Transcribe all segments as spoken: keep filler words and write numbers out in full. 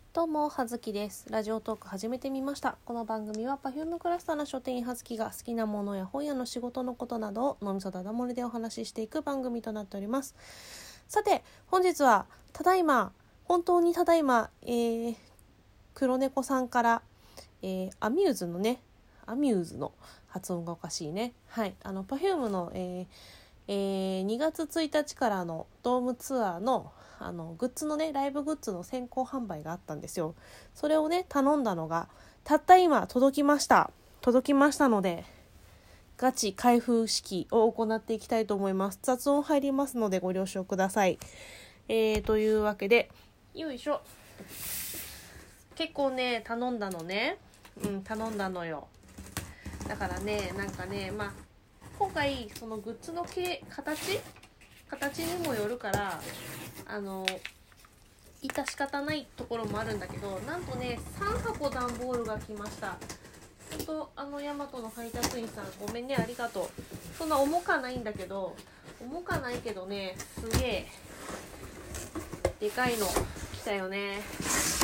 どうも、はずきです。ラジオトーク始めてみました。この番組は Perfume クラスターの書店員はずきが好きなものや本屋の仕事のことなどを脳みそだだ漏れでお話ししていく番組となっております。さて、本日はただいま、本当にただいま、えー、黒猫さんから、えー、アミューズのね、アミューズの発音がおかしいね。はい、あの Perfume の、えーえー、にがつついたちからのドームツアーのあのグッズのねライブグッズの先行販売があったんですよ。それをね頼んだのがたった今届きました届きましたので、ガチ開封式を行っていきたいと思います。雑音入りますのでご了承ください。えー、というわけでよいしょ。結構ね頼んだのねうん頼んだのよ。だからねなんかねまあ今回そのグッズの形形にもよるからあの致し方ないところもあるんだけど、なんとねさんはこ段ボールが来ました。本当あのヤマトの配達員さんごめんね、ありがとう。そんな重かないんだけど重かないけどねすげえでかいの来たよね。あす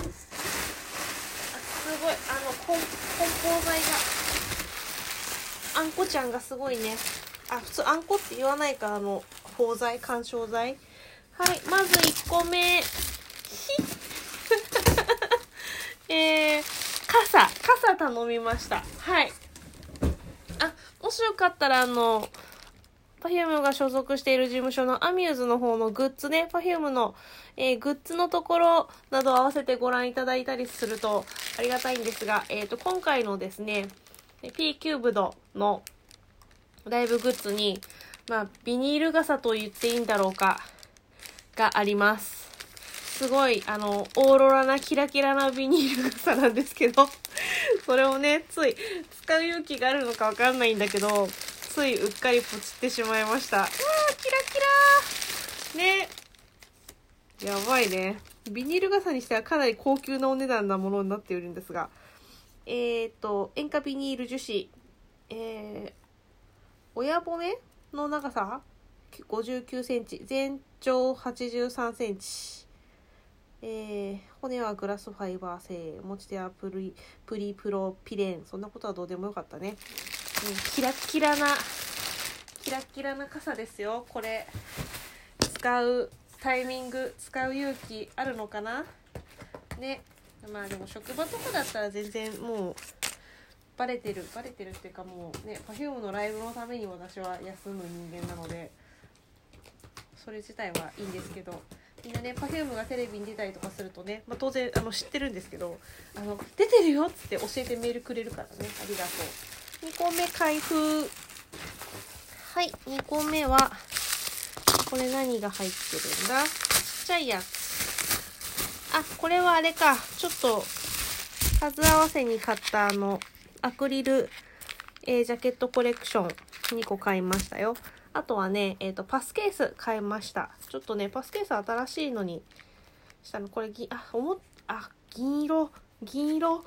ごいあの梱包材があんこちゃんがすごいね。あ普通あんこって言わないか、あの包材緩衝材。はい、まずいっこめえー、傘傘頼みました。はい、あもしよかったらあの Perfume が所属している事務所のアミューズの方のグッズね Perfume の、えー、グッズのところなどを合わせてご覧いただいたりするとありがたいんですが、えーと今回のですね P キューブドのライブグッズにまあビニール傘と言っていいんだろうかがあります。すごいあのオーロラなキラキラなビニール傘なんですけどそれをねつい使う勇気があるのかわかんないんだけどついうっかりポチってしまいました。うわーキラキラーね、やばいね。ビニール傘にしてはかなり高級なお値段なものになっているんですが、えーと塩化ビニール樹脂、えー、親骨の長さごじゅうきゅうセンチ、全長はちじゅうさんセンチ、えー、骨はグラスファイバー製、持ち手はプリプリプロピレン。そんなことはどうでもよかったね、うん、キラキラなキラキラな傘ですよ。これ使うタイミング使う勇気あるのかなね。まあでも職場とかだったら全然もうバレてるバレてるっていうかもうね Perfume のライブのために私は休む人間なのでそれ自体はいいんですけど、みんなね Perfume がテレビに出たりとかするとね、まあ、当然あの知ってるんですけど、あの出てるよっつって教えてメールくれるからね、ありがとう。にこめ開封。はい、にこめはこれ何が入ってるんだ。ちっちゃいやつ。あこれはあれか、ちょっと数合わせに買ったあのアクリル、えー、ジャケットコレクションにこ買いましたよ。あとはね、えっと、パスケース買いました。ちょっとね、パスケース新しいのにしたの。これ、ぎあ、思っ、あ、銀色、銀色。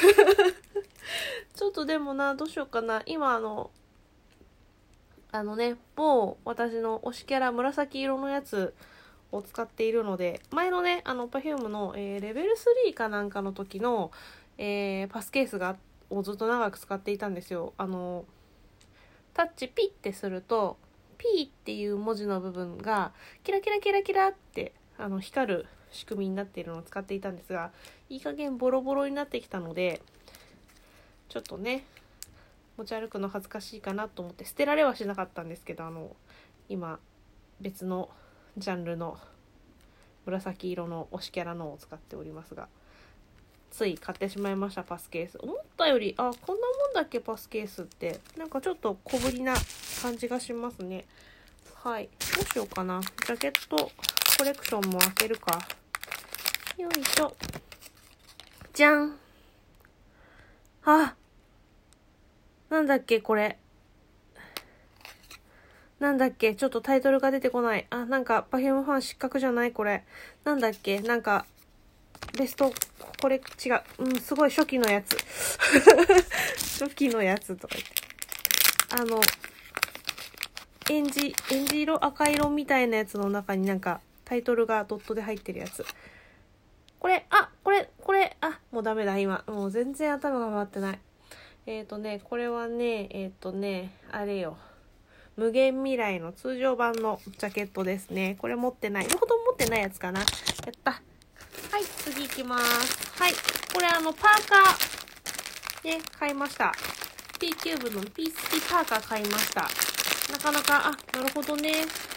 ちょっとでもな、どうしようかな。今、あの、あのね、某私の推しキャラ、紫色のやつを使っているので、前のね、あの、Perfume の、えー、レベルスリーかなんかの時の、えー、パスケースが、をずっと長く使っていたんですよ。あの、タッチピッてすると、P っていう文字の部分がキラキラキラキラってあの光る仕組みになっているのを使っていたんですが、いい加減ボロボロになってきたのでちょっとね持ち歩くの恥ずかしいかなと思って捨てられはしなかったんですけど、あの今別のジャンルの紫色の推しキャラのを使っておりますが、つい買ってしまいました。パスケース思ったよりあこんなもんだっけパスケースって、なんかちょっと小ぶりな感じがしますね。はい、どうしようかな。ジャケットコレクションも開けるか。よいしょ。じゃん。あなんだっけこれ、なんだっけちょっとタイトルが出てこない。あなんか Perfume ファン失格じゃない。これなんだっけ、なんかベストこれ違う、うんすごい初期のやつ初期のやつとか言って、あのエンジエンジ色赤色みたいなやつの中になんかタイトルがドットで入ってるやつ。これあこれこれもダメだ、今。もう全然頭が回ってない。えっとね、これはね、えっとね、あれよ。無限未来の通常版のジャケットですね。これ持ってない。両方とも持ってないやつかな。やった。はい、次行きます。はい。これあの、パーカー、ね、買いました。P キューブのピースキパーカー買いました。なかなか、あ、なるほどね。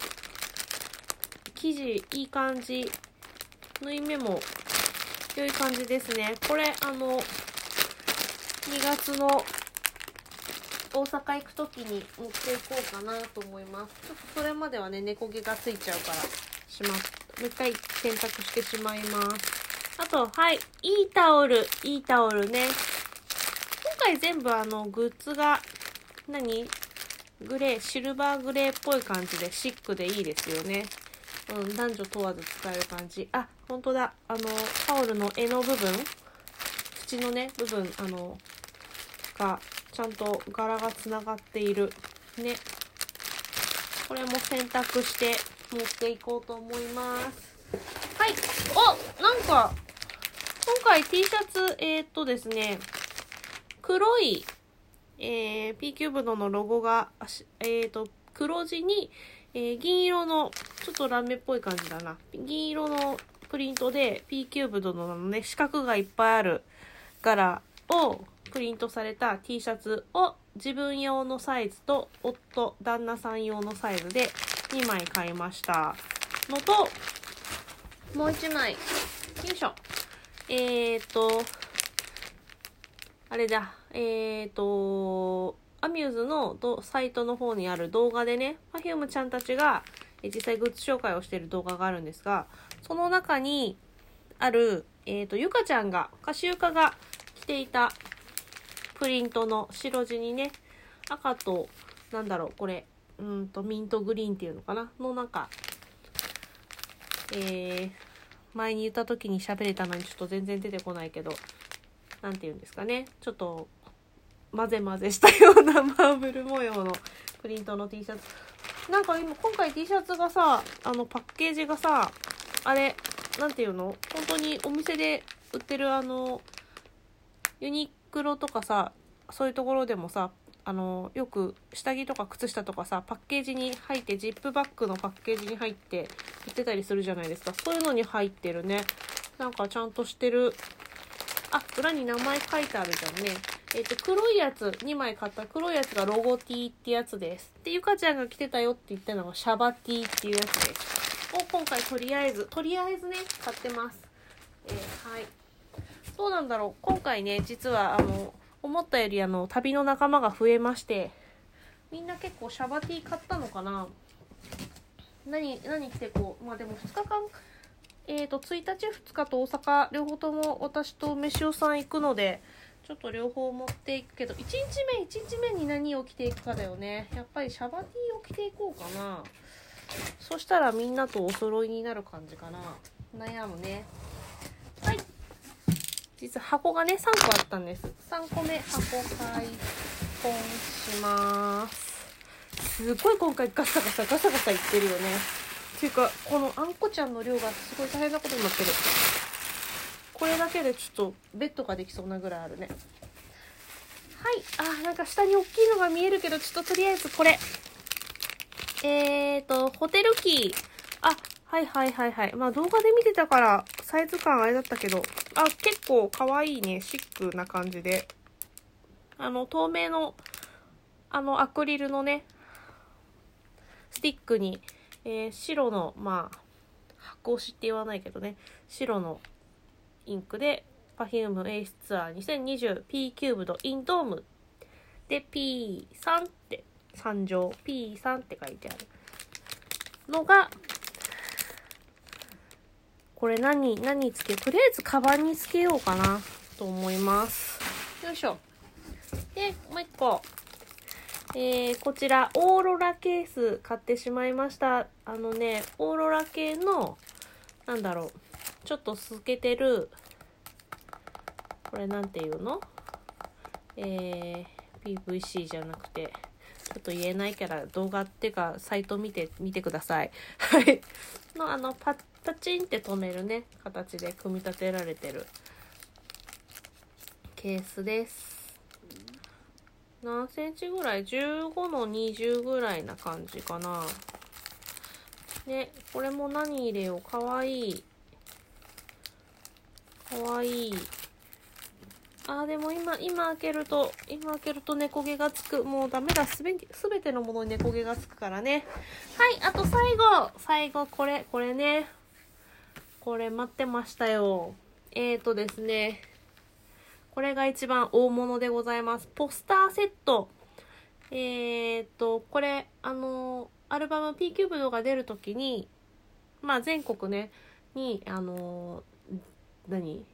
生地、いい感じ。縫い目も良い感じですね。これ、あの、にがつの大阪行くときに持っていこうかなと思います。ちょっとそれまではね、猫毛がついちゃうからします。もう一回洗濯してしまいます。あと、はい、いいタオル、いいタオルね。今回全部あの、グッズが、何グレー、シルバーグレーっぽい感じでシックでいいですよね。うん、男女問わず使える感じ。あ、ほんとだ。あの、タオルの柄の部分、縁のね、部分、あの、が、ちゃんと柄がつながっている。ね。これも洗濯して持っていこうと思います。はい。お、なんか、今回 T シャツ、えー、っとですね、黒い、えー、P キューブドのロゴが、えー、っと、黒地に、えー、銀色の、ちょっとラメっぽい感じだな。銀色のプリントで P キューブドのね、四角がいっぱいある柄をプリントされた T シャツを自分用のサイズと夫、旦那さん用のサイズでにまい買いましたのと、もういちまい、よいしょ。えーと、あれだ、えーと、アミューズのサイトの方にある動画でね、Perfume ちゃんたちが実際グッズ紹介をしている動画があるんですが、その中にある、えーと、ゆかちゃんが、歌手ゆかが着ていたプリントの白地にね、赤と、なんだろう、これ、うんと、ミントグリーンっていうのかなの中、えー、前に言った時に喋れたのにちょっと全然出てこないけど、なんていうんですかね、ちょっと、混ぜ混ぜしたようなマーブル模様のプリントの T シャツ。なんか今、今回 T シャツがさ、あの、パッケージがさ、あれ、なんていうの？本当にお店で売ってるあの、ユニクロとかさ、そういうところでもさ、あの、よく下着とか靴下とかさ、パッケージに入って、ジップバッグのパッケージに入って売ってたりするじゃないですか。そういうのに入ってるね。なんかちゃんとしてる。あ、裏に名前書いてあるじゃんね。えっと、黒いやつ、にまい買った黒いやつがロゴ T ってやつです。で、ゆかちゃんが着てたよって言ったのがシャバ T っていうやつです。を今回とりあえず、とりあえずね、買ってます。えー、はい。どうなんだろう。今回ね、実は、あの、思ったよりあの、旅の仲間が増えまして、みんな結構シャバ T 買ったのかな？何、何着てこう。まあでもふつかかん、えっと、ついたちふつかと大阪、両方とも私と飯尾さん行くので、ちょっと両方持っていくけど、いちにちめ、いちにちめに何を着ていくかだよね。やっぱりシャバ T を着ていこうかな。そしたらみんなとお揃いになる感じかな。悩むね。はい。実は箱がね、さんこあったんです。さんこめ箱開本します。すごい今回ガサガサガサガサいってるよね。っていうか、このあんこちゃんの量がすごい大変なことになってる。これだけでちょっとベッドができそうなぐらいあるね。はい。あ、なんか下に大きいのが見えるけど、ちょっととりあえずこれ。えーと、ホテルキー。あ、はいはいはいはい。まあ動画で見てたからサイズ感あれだったけど、あ、結構可愛いね。シックな感じで。あの、透明の、あの、アクリルのね、スティックに、えー、白の、まあ、箱押しって言わないけどね、白のインクで、Perfume エースツアーにせんにじゅう P キューブドインドームで ピースリー ってさん乗 ピースリー って書いてあるのが、これ何何つけとりあえずカバンにつけようかなと思います。よいしょ。でもう一個、えー、こちらオーロラケース買ってしまいました。あのね、オーロラ系のなんだろう、ちょっと透けてる、これなんていうの、えー、ピーブイシー じゃなくて、ちょっと言えないから動画っていうかサイト見て見てください。はい。のあのパッパチンって止めるね形で組み立てられてるケースです。何センチぐらい ?じゅうごのにじゅうぐらいな感じかな。で、これも何入れよう。かわいい。かわいい。あー、でも今、今開けると、今開けると猫毛がつく。もうダメだ。すべて、すべてのものに猫毛がつくからね。はい、あと最後。最後、これ、これね。これ待ってましたよ。えーとですね。これが一番大物でございます。ポスターセット。えーと、これ、あの、アルバム P キューブドが出るときに、まあ全国ね、に、あの、何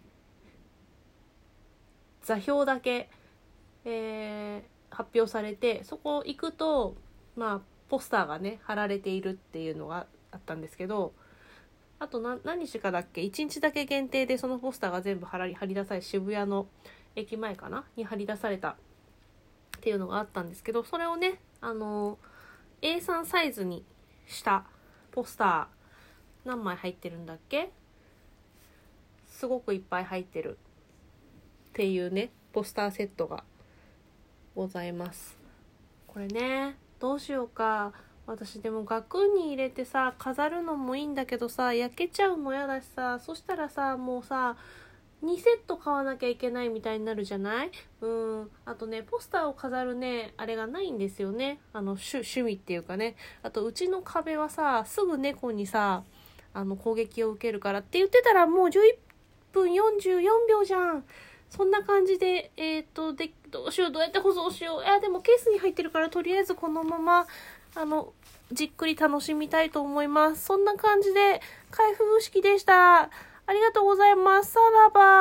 座標だけ、えー、発表されて、そこ行くと、まあ、ポスターがね、貼られているっていうのがあったんですけど、あとな何日かだっけいちにちだけ限定でそのポスターが全部貼り貼り出され、渋谷の駅前かなに貼り出されたっていうのがあったんですけど、それをね、あの エースリー サイズにしたポスター何枚入ってるんだっけすごくいっぱい入ってるっていうね、ポスターセットがございます。これね、どうしようか。私でも額に入れてさ、飾るのもいいんだけどさ、焼けちゃうの嫌だしさ、そしたらさ、もうさ、にセット買わなきゃいけないみたいになるじゃない？うん。あとね、ポスターを飾るね、あれがないんですよね。あの、趣、趣味っていうかね。あと、うちの壁はさ、すぐ猫にさ、あの、攻撃を受けるからって言ってたらもうじゅういっぷんよんじゅうよんびょうじゃん。そんな感じで、えっと、で、どうしよう、どうやって保存しよう。いや、でもケースに入ってるから、とりあえずこのまま、あの、じっくり楽しみたいと思います。そんな感じで、開封式でした。ありがとうございます。さらば。